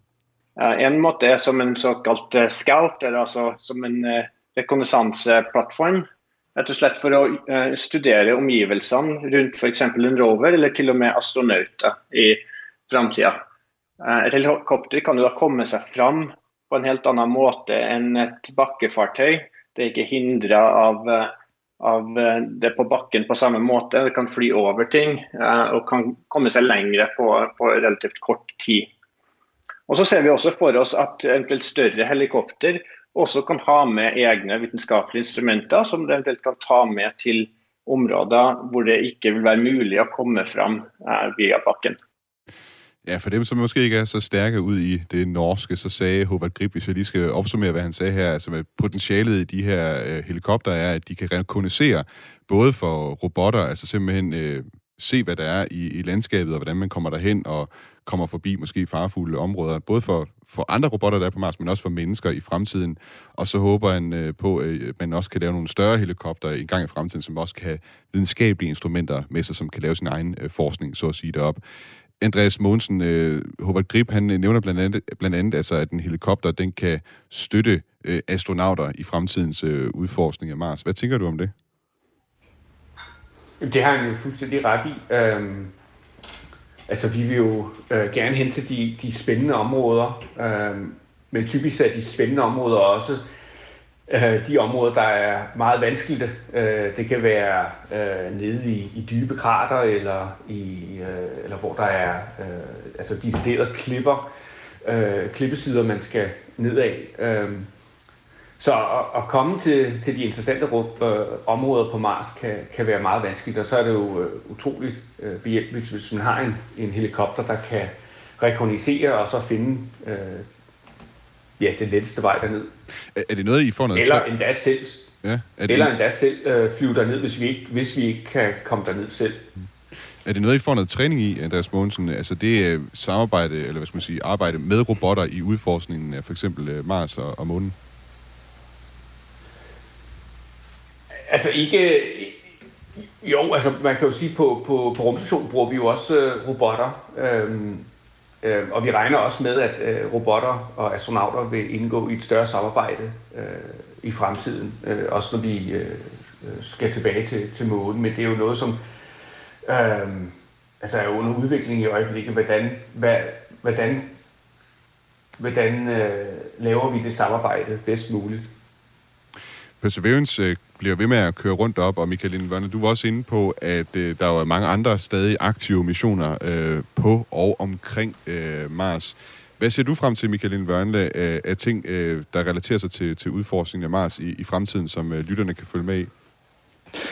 En måte er som en såkalt scout, eller altså som en rekognossanceplatform, rett og slett for å studere omgivelsene rundt for eksempel en rover, eller til og med astronauter i fremtiden. Et helikopter kan jo da komme seg fram på en helt annen måte enn et bakkefartøy. Det er ikke hindret av det på bakken på samme måte. Det kan fly over ting og kan komme seg lengre på relativt kort tid. Og så ser vi også for oss at eventuelt større helikopter også kan ha med egne vitenskapelige instrumenter som det eventuelt kan ta med til områder hvor det ikke vil være mulig å komme fram via bakken. Ja, for dem, som måske ikke er så stærke ud i det norske, så sagde Håvard Grip, hvis jeg lige skal opsummere, hvad han sagde her, altså med potentialet i de her helikopter er, at de kan rekognoscere både for robotter, altså simpelthen se, hvad der er i landskabet, og hvordan man kommer derhen og kommer forbi måske farefulde områder, både for andre robotter, der er på Mars, men også for mennesker i fremtiden. Og så håber han på, at man også kan lave nogle større helikopter en gang i fremtiden, som også kan have videnskabelige instrumenter med sig, som kan lave sin egen forskning, så at sige deroppe. Andreas Mogensen, Håvard Grip, han nævner blandt andet altså, at en helikopter, den kan støtte astronauter i fremtidens udforskning af Mars. Hvad tænker du om det? Det har han jo fuldstændig ret i. Altså, vi vil jo gerne hen til de spændende områder, men typisk er de spændende områder også de områder, der er meget vanskelige. Det kan være nede i dybe krater, eller hvor der er altså deciderede klippesider, man skal nedad. Så at komme til de interessante områder på Mars kan være meget vanskeligt, og så er det jo utroligt behjælpeligt, hvis man har en helikopter, der kan rekognoscere og så finde den letteste vej derned. Er det noget, I får noget? Eller endda selv. Ja, endda selv flyve derned, hvis vi ikke kan komme derned selv. Er det noget, I får noget træning i, Andreas Mogensen? Altså det samarbejde, eller hvad skal man sige, arbejde med robotter i udforskningen af for eksempel Mars og månen? Altså ikke... Jo, altså man kan jo sige, på rumstationen bruger vi jo også robotter. Og vi regner også med, at robotter og astronauter vil indgå i et større samarbejde i fremtiden. Også når vi skal tilbage til månen. Men det er jo noget, som altså er under udvikling i øjeblikket. Hvordan laver vi det samarbejde bedst muligt? Perseverance bliver ved med at køre rundt op, og Michael Lindvørne, du var også inde på, at der er mange andre stadig aktive missioner på og omkring Mars. Hvad ser du frem til, Michael Lindvørne, af ting, der relaterer sig til udforskningen af Mars i fremtiden, som lytterne kan følge med i?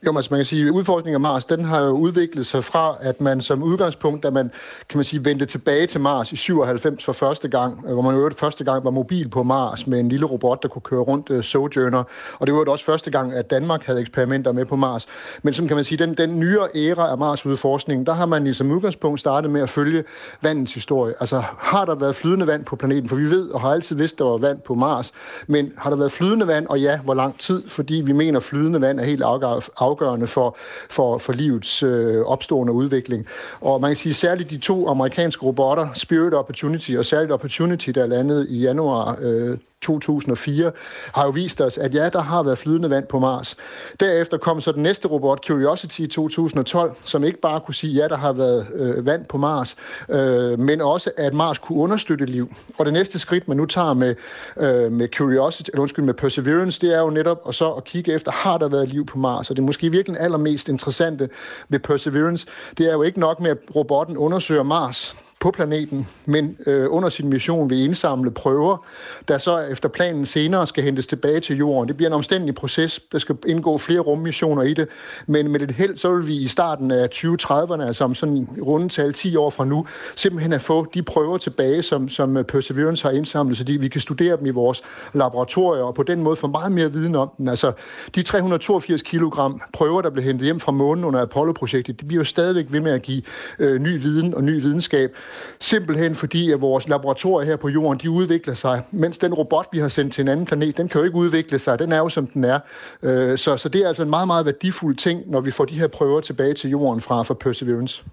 Jo, altså man kan sige, at udforskningen af Mars, den har jo udviklet sig fra, at man som udgangspunkt, da man, kan man sige, vendte tilbage til Mars i 97 for første gang, hvor man jo første gang var mobil på Mars med en lille robot, der kunne køre rundt Sojourner, og det var jo også første gang, at Danmark havde eksperimenter med på Mars. Men som kan man sige, den nyere æra af Mars-udforskningen, der har man som udgangspunkt startet med at følge vandets historie. Altså, har der været flydende vand på planeten? For vi ved og har altid vidst, der var vand på Mars, men har der været flydende vand, og ja, hvor lang tid? Fordi vi mener, at flydende vand er helt afgørende for livets opstående udvikling. Og man kan sige, særligt de 2 amerikanske robotter, Spirit Opportunity og særligt Opportunity, der landede i januar 2004, har jo vist os, at ja, der har været flydende vand på Mars. Derefter kom så den næste robot, Curiosity i 2012, som ikke bare kunne sige, ja, der har været vand på Mars, men også, at Mars kunne understøtte liv. Og det næste skridt, man nu tager med Curiosity, eller undskyld, med Perseverance, det er jo netop at kigge efter, har der været liv på Mars? Og det er måske virkelig allermest interessante ved Perseverance, det er jo ikke nok med, at robotten undersøger Mars på planeten, men under sin mission vil indsamle prøver, der så efter planen senere skal hentes tilbage til jorden. Det bliver en omstændelig proces, der skal indgå flere rummissioner i det, men med et held, så vil vi i starten af 2030'erne, altså om sådan rundetal 10 år fra nu, simpelthen at få de prøver tilbage, som Perseverance har indsamlet, så vi kan studere dem i vores laboratorier, og på den måde få meget mere viden om den. Altså, de 382 kilogram prøver, der blev hentet hjem fra månen under Apollo-projektet, de bliver jo stadigvæk ved med at give ny viden og ny videnskab. Simpelthen fordi, at vores laboratorier her på jorden, de udvikler sig, mens den robot, vi har sendt til en anden planet, den kan jo ikke udvikle sig, den er jo som den er. Så det er altså en meget, meget værdifuld ting, når vi får de her prøver tilbage til jorden fra Perseverance.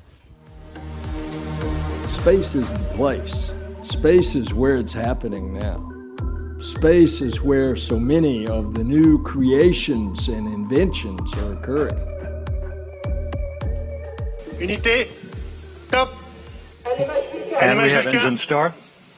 Space is the place. Space is where it's happening now. Space is where so many of the new creations and inventions are occurring. Unité, top. And we have engine start.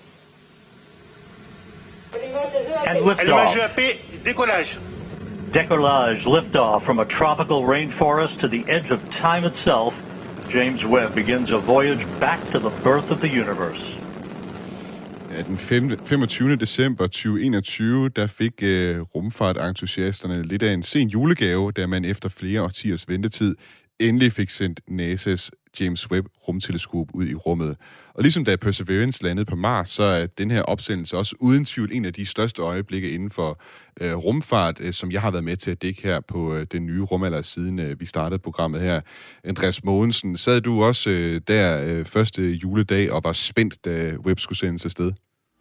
And liftoff. Décollage. Decollage, liftoff from a tropical rainforest to the edge of time itself. James Webb begins a voyage back to the birth of the universe. Ja, den 25. december 2021, der fik rumfartentusiasterne lidt af en sen julegave, da man efter flere årtiers ventetid endelig fik sendt NASA's James Webb rumteleskop ud i rummet. Og ligesom da Perseverance landede på Mars, så er den her opsendelse også uden tvivl en af de største øjeblikke inden for rumfart, som jeg har været med til at dække her på den nye rumalder, siden vi startede programmet her. Andreas Mogensen, sad du også der første juledag og var spændt, da Webb skulle sendes afsted?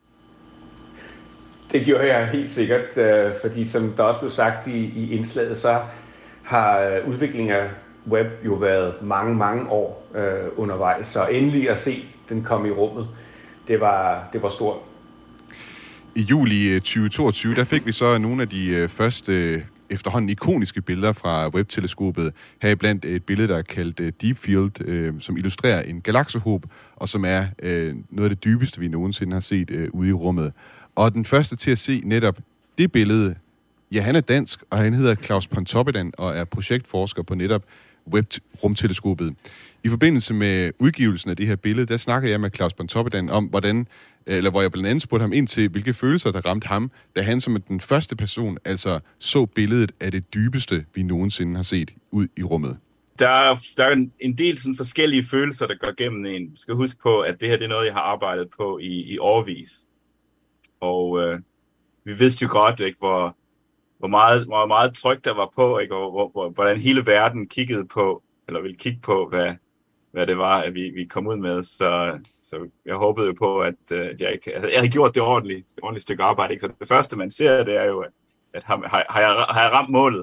Det gjorde jeg helt sikkert, fordi som der også blev sagt i indslaget, så har udviklingen af Webb jo været mange år undervejs, så endelig at se den komme i rummet, det var stort. I juli 2022, der fik vi så nogle af de første efterhånden ikoniske billeder fra Webb-teleskopet. Heriblandt et billede, der er kaldt Deep Field, som illustrerer en galaksehob, og som er noget af det dybeste, vi nogensinde har set ude i rummet. Og den første til at se netop det billede, ja, han er dansk, og han hedder Klaus Pontoppidan og er projektforsker på netop Webb-rumteleskopet. I forbindelse med udgivelsen af det her billede, der snakker jeg med Klaus Pontoppidan om, hvor jeg blandt andet spurgte ham ind til, hvilke følelser der ramte ham, da han som den første person altså så billedet af det dybeste, vi nogensinde har set ud i rummet. Der er en del sådan forskellige følelser, der går gennem en. Du skal huske på, at det her det er noget, jeg har arbejdet på i årevis. Og vi vidste jo godt, ikke, hvor meget tryk der var på, ikke, og hvordan hele verden kiggede på, eller ville kigge på, hvad det var, at vi kom ud med. Så jeg håbede jo på, at jeg havde gjort det ordentligt stykke arbejde. Ikke? Så det første, man ser, det er jo, at har jeg ramt målet?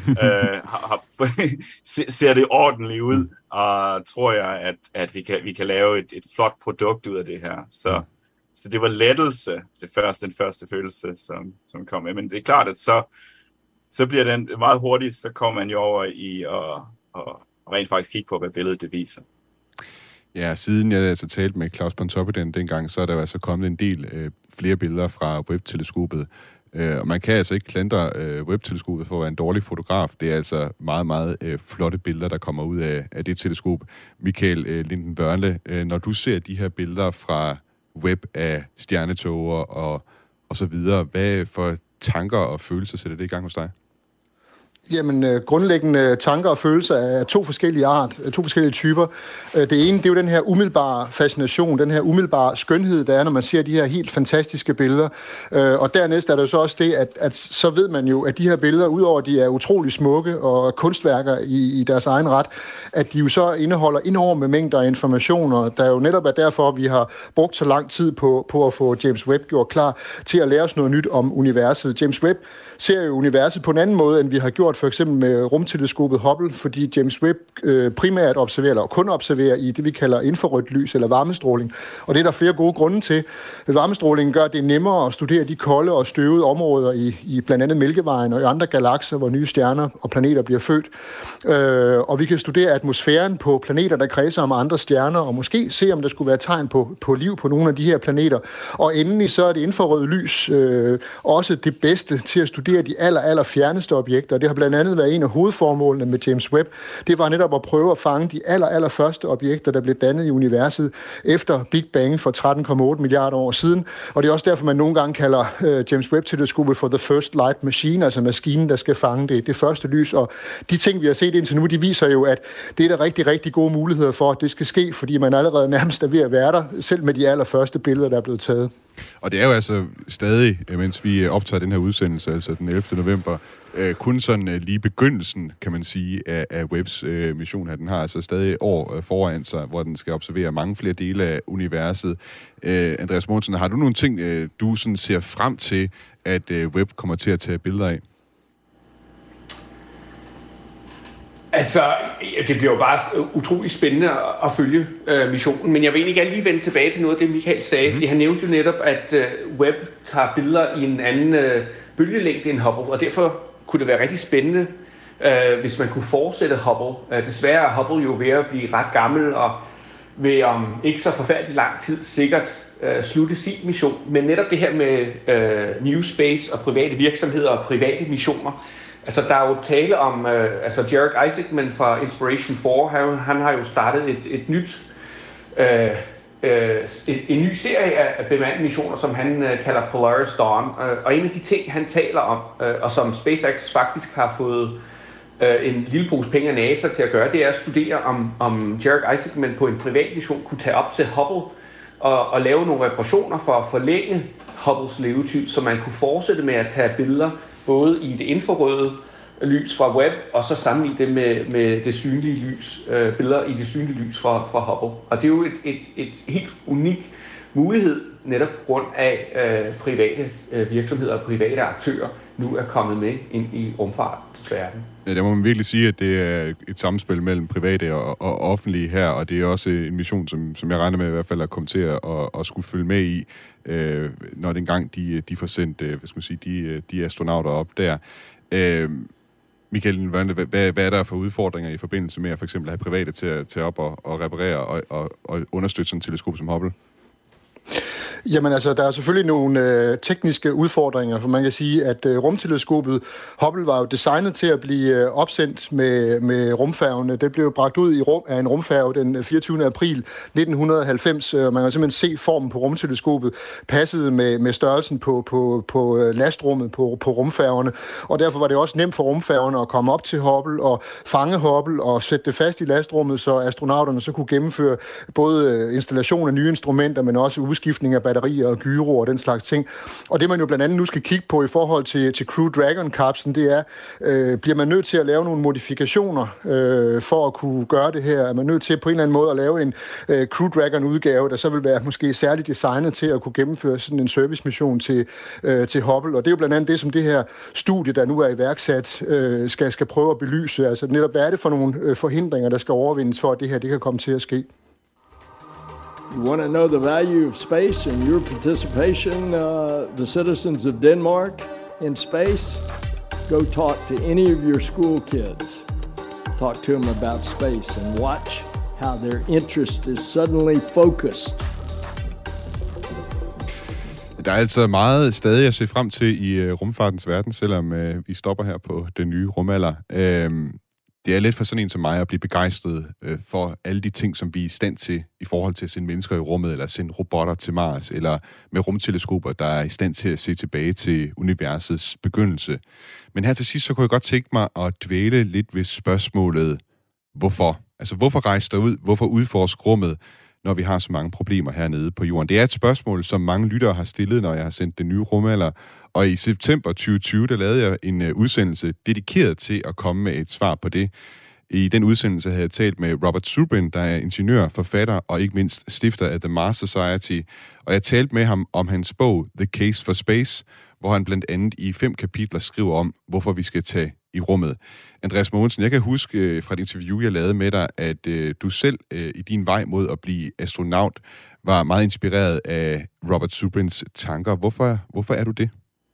Ser det ordentligt ud? Og tror jeg, at vi kan lave et flot produkt ud af det her. Så det var lettelse, den første følelse, som kom med. Men det er klart, at så bliver den meget hurtigt, så kommer man jo over i at rent faktisk kigge på, hvad billedet det viser. Ja, siden jeg altså talte med Klaus Pontoppidan dengang, så er der jo altså kommet en del flere billeder fra Webb-teleskopet. Og man kan altså ikke klandre Webb-teleskopet for at være en dårlig fotograf. Det er altså meget, meget flotte billeder, der kommer ud af det teleskop. Michael Linden Børnle, når du ser de her billeder fra Webb af stjernetoger og så videre, hvad for tanker og følelser sætter det i gang hos dig? Jamen, grundlæggende tanker og følelser er to forskellige typer. Det ene, det er jo den her umiddelbare fascination, den her umiddelbare skønhed, der er, når man ser de her helt fantastiske billeder. Og dernæst er der jo så også det, at så ved man jo, at de her billeder, udover at de er utrolig smukke og kunstværker i deres egen ret, at de jo så indeholder enorme mængder af informationer, der jo netop er derfor, at vi har brugt så lang tid på at få James Webb gjort klar til at lære os noget nyt om universet. James Webb ser jo universet på en anden måde, end vi har gjort for eksempel med rumteleskopet Hubble, fordi James Webb primært observerer, eller kun observerer i det, vi kalder infrarødt lys eller varmestråling. Og det er der flere gode grunde til. Varmestrålingen gør det nemmere at studere de kolde og støvede områder i blandt andet Mælkevejen og i andre galakser, hvor nye stjerner og planeter bliver født. Og vi kan studere atmosfæren på planeter, der kredser om andre stjerner, og måske se, om der skulle være tegn på liv på nogle af de her planeter. Og endelig så er det infrarøde lys også det bedste til at studere de aller fjerneste objekter. Det har blandt andet været en af hovedformålene med James Webb. Det var netop at prøve at fange de allerførste objekter, der blev dannet i universet efter Big Bang for 13,8 milliarder år siden. Og det er også derfor, man nogle gange kalder James Webb-teleskopet for the first light machine, altså maskinen, der skal fange det første lys. Og de ting, vi har set indtil nu, de viser jo, at det er der rigtig gode muligheder for, at det skal ske, fordi man allerede nærmest er ved at være der, selv med de allerførste billeder, der er blevet taget. Og det er jo altså stadig, mens vi optager den her udsendelse, altså den 11. november, kun sådan lige begyndelsen, kan man sige, af Webbs mission her. Den har altså stadig år foran sig, hvor den skal observere mange flere dele af universet. Andreas Mogensen, har du nogle ting, du sådan ser frem til, at Webb kommer til at tage billeder af? Altså, det bliver jo bare utrolig spændende at følge missionen, men jeg vil egentlig gerne lige vende tilbage til noget af det, Michael sagde, fordi han nævnte jo netop, at Webb tager billeder i en anden bølgelængde end Hubble, og derfor kunne det være rigtig spændende, hvis man kunne fortsætte Hubble. Desværre er Hubble jo ved at blive ret gammel, og vil om ikke så forfærdelig lang tid sikkert slutte sin mission, men netop det her med New Space og private virksomheder og private missioner. Altså, der er jo tale om, Jarek Isaacman fra Inspiration 4, han har jo startet en ny serie af bemandede missioner, som han kalder Polaris Dawn. Og en af de ting, han taler om, og som SpaceX faktisk har fået en lille pose penge af NASA til at gøre, det er at studere, om Jarek Isaacman på en privat mission kunne tage op til Hubble og lave nogle reparationer for at forlænge Hubbles levetid, så man kunne fortsætte med at tage billeder både i det infrarøde lys fra Webb, og så sammenligne det med det synlige lys, billeder i det synlige lys fra Hubble. Og det er jo et helt unik mulighed, netop på grund af private virksomheder og private aktører nu er kommet med ind i rumfartens verden. Ja, der må man virkelig sige, at det er et samspil mellem private og offentlige her, og det er også en mission, som jeg regner med i hvert fald at komme til at skulle følge med i, når det engang de får sendt, de astronauter op der. Michael, hvad er der for udfordringer i forbindelse med at for eksempel have private til at tage op og reparere og understøtte sådan et teleskop som Hubble? Jamen altså, der er selvfølgelig nogle tekniske udfordringer, for man kan sige, at rumteleskopet Hubble var jo designet til at blive opsendt med rumfærgene. Det blev bragt ud af en rumfærge den 24. april 1990, og man kan simpelthen se formen på rumteleskopet passede med størrelsen på lastrummet på rumfærgerne, og derfor var det også nemt for rumfærgerne at komme op til Hubble og fange Hubble og sætte det fast i lastrummet, så astronauterne så kunne gennemføre både installation af nye instrumenter, men også udskiftning af batterier og gyroer og den slags ting. Og det man jo blandt andet nu skal kigge på i forhold til Crew Dragon-kapslen, det er, bliver man nødt til at lave nogle modifikationer for at kunne gøre det her? Er man nødt til på en eller anden måde at lave en Crew Dragon-udgave, der så vil være måske særligt designet til at kunne gennemføre sådan en servicemission til Hubble? Og det er jo blandt andet det, som det her studie, der nu er iværksat, skal prøve at belyse. Altså netop, hvad er det for nogle forhindringer, der skal overvindes for, at det her det kan komme til at ske? You want to know the value of space and your participation, the citizens of Denmark, in space? Go talk to any of your school kids. Talk to them about space and watch how their interest is suddenly focused. Der er altså meget stadig at se frem til i rumfartens verden, selvom vi stopper her på den nye rumalder. det er let for sådan en som mig at blive begejstret for alle de ting, som vi er i stand til i forhold til at sende mennesker i rummet, eller sende robotter til Mars, eller med rumteleskoper, der er i stand til at se tilbage til universets begyndelse. Men her til sidst, så kunne jeg godt tænke mig at dvæle lidt ved spørgsmålet, hvorfor? Altså, hvorfor rejse derud? Hvorfor udforske rummet, når vi har så mange problemer hernede på jorden? Det er et spørgsmål, som mange lyttere har stillet, når jeg har sendt den nye rumalder. Og i september 2020, der lavede jeg en udsendelse dedikeret til at komme med et svar på det. I den udsendelse havde jeg talt med Robert Zubrin, der er ingeniør, forfatter og ikke mindst stifter af The Mars Society. Og jeg talte med ham om hans bog The Case for Space, hvor han blandt andet i 5 kapitler skriver om, hvorfor vi skal tage i rummet. Andreas Mogensen, jeg kan huske fra et interview, jeg lavede med dig, at du selv i din vej mod at blive astronaut var meget inspireret af Robert Zubrins tanker. Hvorfor er du det?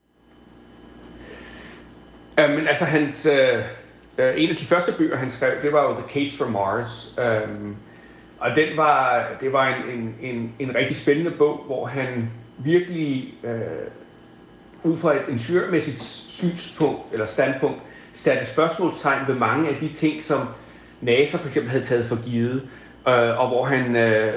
Men altså en af de første bøger, han skrev, det var jo The Case for Mars. Og det var en rigtig spændende bog, hvor han virkelig ud fra et ingeniørmæssigt synspunkt eller standpunkt satte spørgsmålstegn ved mange af de ting, som NASA for eksempel havde taget for givet, og hvor han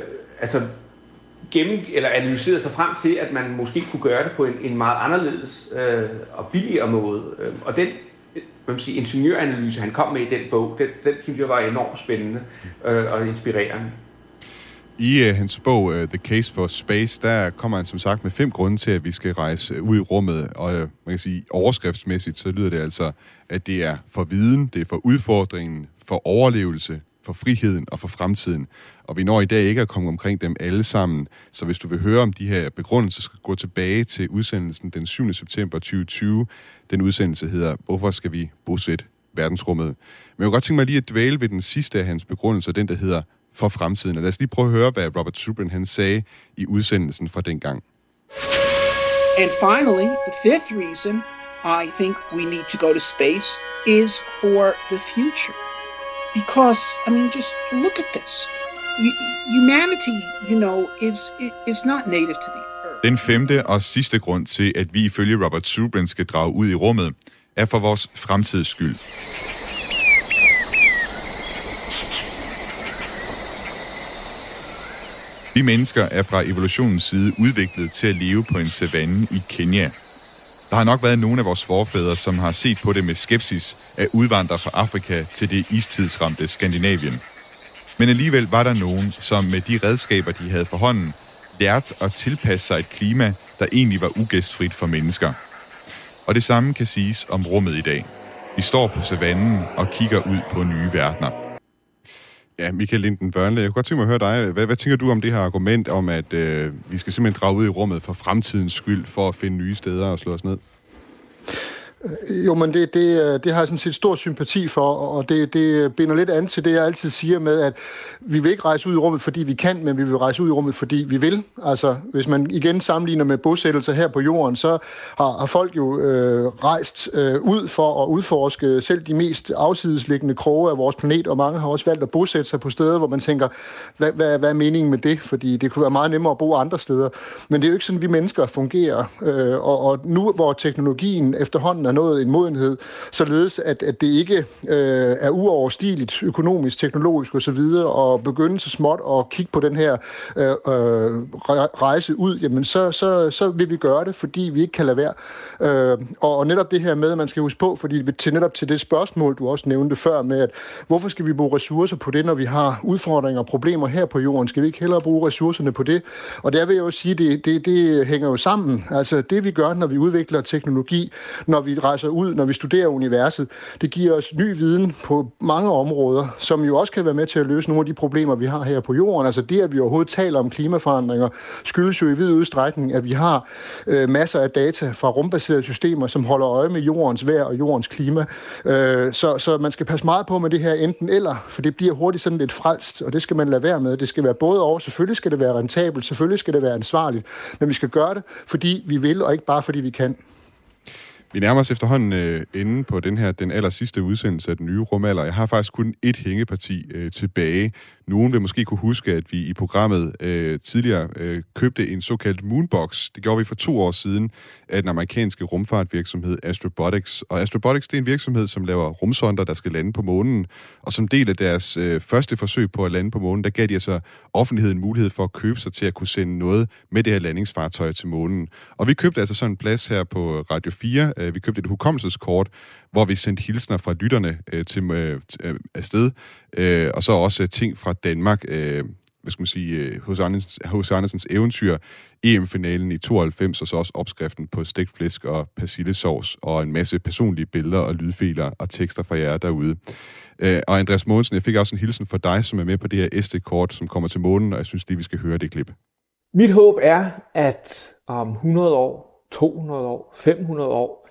analyserede sig frem til, at man måske kunne gøre det på en meget anderledes og billigere måde. Og den ingeniøranalyse, han kom med i den bog, den synes jeg var enormt spændende og inspirerende. I hans bog The Case for Space, der kommer han som sagt med 5 grunde til, at vi skal rejse ud i rummet. Og man kan sige, overskriftsmæssigt, så lyder det altså, at det er for viden, det er for udfordringen, for overlevelse, for friheden og for fremtiden. Og vi når i dag ikke at komme omkring dem alle sammen. Så hvis du vil høre om de her begrundelser, så gå tilbage til udsendelsen den 7. september 2020. Den udsendelse hedder, hvorfor skal vi bosætte verdensrummet? Men jeg kunne godt tænke mig lige at dvæle ved den sidste af hans begrundelser, den der hedder for fremtiden. Og lad os lige prøve at høre, hvad Robert Zubrin han sagde i udsendelsen fra dengang. And finally, the 5th reason I think we need to go to space is for the future. Because, just look at this. Humanity, is not native to the earth. Den 5. og sidste grund til, at vi ifølge Robert Zubrin skal drage ud i rummet, er for vores fremtids skyld. Vi mennesker er fra evolutionens side udviklet til at leve på en savanne i Kenya. Der har nok været nogle af vores forfædre, som har set på det med skepsis at udvandre fra Afrika til det istidsramte Skandinavien. Men alligevel var der nogen, som med de redskaber, de havde for hånden, lærte at tilpasse sig et klima, der egentlig var ugæstfrit for mennesker. Og det samme kan siges om rummet i dag. Vi står på savannen og kigger ud på nye verdener. Ja, Michael Linden Børnle, jeg kunne godt tænke mig at høre dig. Hvad tænker du om det her argument om, at vi skal simpelthen drage ud i rummet for fremtidens skyld, for at finde nye steder og slå os ned? Jo, men det har jeg sådan set stor sympati for, og det binder lidt an til det, jeg altid siger med, at vi vil ikke rejse ud i rummet, fordi vi kan, men vi vil rejse ud i rummet, fordi vi vil. Altså, hvis man igen sammenligner med bosættelser her på jorden, så har folk jo rejst ud for at udforske selv de mest afsidesliggende kroge af vores planet, og mange har også valgt at bosætte sig på steder, hvor man tænker, hvad er meningen med det? Fordi det kunne være meget nemmere at bo andre steder. Men det er jo ikke sådan, vi mennesker fungerer. Og nu, hvor teknologien efterhånden er nået en modenhed, således at det ikke er uoverstigeligt økonomisk, teknologisk osv., og begynde så småt at kigge på den her rejse ud, jamen så vil vi gøre det, fordi vi ikke kan lade være. Og netop det her med, at man skal huske på, fordi netop til det spørgsmål, du også nævnte før, med at hvorfor skal vi bruge ressourcer på det, når vi har udfordringer og problemer her på jorden? Skal vi ikke hellere bruge ressourcerne på det? Og der vil jeg jo sige, det hænger jo sammen. Altså det vi gør, når vi udvikler teknologi, når vi rejser ud, når vi studerer universet, det giver os ny viden på mange områder, som jo også kan være med til at løse nogle af de problemer, vi har her på jorden. Altså det, at vi overhovedet taler om klimaforandringer, skyldes jo i vid udstrækning, at vi har masser af data fra rumbaserede systemer, som holder øje med jordens vejr og jordens klima. Så man skal passe meget på med det her enten eller, for det bliver hurtigt sådan lidt frelst, og det skal man lade være med. Det skal være både og. Selvfølgelig skal det være rentabelt, selvfølgelig skal det være ansvarligt, men vi skal gøre det, fordi vi vil, og ikke bare fordi vi kan. Vi nærmer os efterhånden inde på den aller sidste udsendelse af den nye rumalder. Jeg har faktisk kun et hængeparti tilbage. Nogen vil måske kunne huske, at vi i programmet tidligere købte en såkaldt Moonbox. Det gjorde vi for 2 år siden af den amerikanske rumfartvirksomhed Astrobotics. Og Astrobotics, det er en virksomhed, som laver rumsonder, der skal lande på månen. Og som del af deres første forsøg på at lande på månen, der gav de altså offentligheden mulighed for at købe sig til at kunne sende noget med det her landingsfartøj til månen. Og vi købte altså sådan en plads her på Radio 4. Vi købte et hukommelseskort, hvor vi sendte hilsner fra lytterne afsted. Og så også ting fra Danmark, hvad skal man sige, H.C. Andersens eventyr, EM-finalen i 92, og så også opskriften på stegt flæsk og persillesovs, og en masse personlige billeder og lydfiler og tekster fra jer derude. Og Andreas Mogensen, jeg fik også en hilsen fra dig, som er med på det her SD-kort, som kommer til månen, og jeg synes lige, vi skal høre det klip. Mit håb er, at om 100 år, 200 år, 500 år,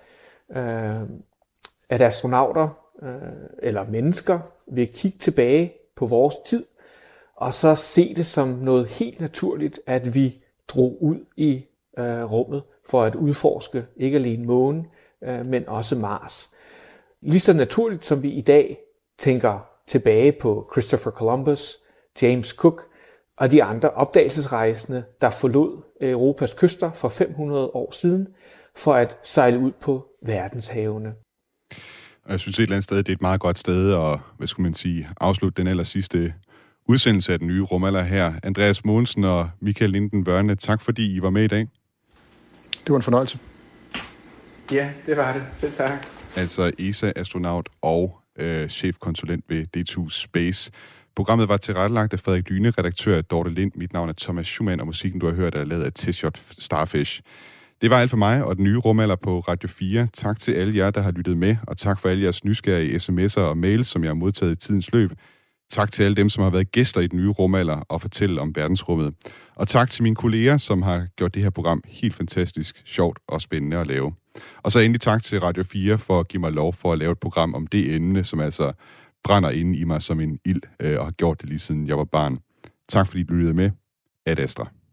at astronauter eller mennesker vil kigge tilbage på vores tid, og så se det som noget helt naturligt, at vi drog ud i rummet for at udforske ikke alene månen, men også Mars. Lige så naturligt som vi i dag tænker tilbage på Christopher Columbus, James Cook og de andre opdagelsesrejsende, der forlod Europas kyster for 500 år siden for at sejle ud på verdenshavene. Og jeg synes et eller andet sted, det er et meget godt sted at, hvad skulle man sige, afslutte den aller sidste udsendelse af den nye rumalder her. Andreas Mogensen og Michael Linden Wørne, tak fordi I var med i dag. Det var en fornøjelse. Ja, det var det. Selv tak. Altså ESA-astronaut og chefkonsulent ved D2 Space. Programmet var tilrettelagt af Frederik Lyne, redaktør af Dorte Lind. Mit navn er Thomas Schumann, og musikken, du har hørt, er lavet af T-Shot Starfish. Det var alt for mig og den nye rumalder på Radio 4. Tak til alle jer, der har lyttet med, og tak for alle jeres nysgerrige sms'er og mails, som jeg har modtaget i tidens løb. Tak til alle dem, som har været gæster i den nye rumalder og fortælle om verdensrummet. Og tak til mine kolleger, som har gjort det her program helt fantastisk, sjovt og spændende at lave. Og så endelig tak til Radio 4 for at give mig lov for at lave et program om det emne, som altså brænder inde i mig som en ild, og har gjort det lige siden jeg var barn. Tak fordi du lyttede med. Ad Astra.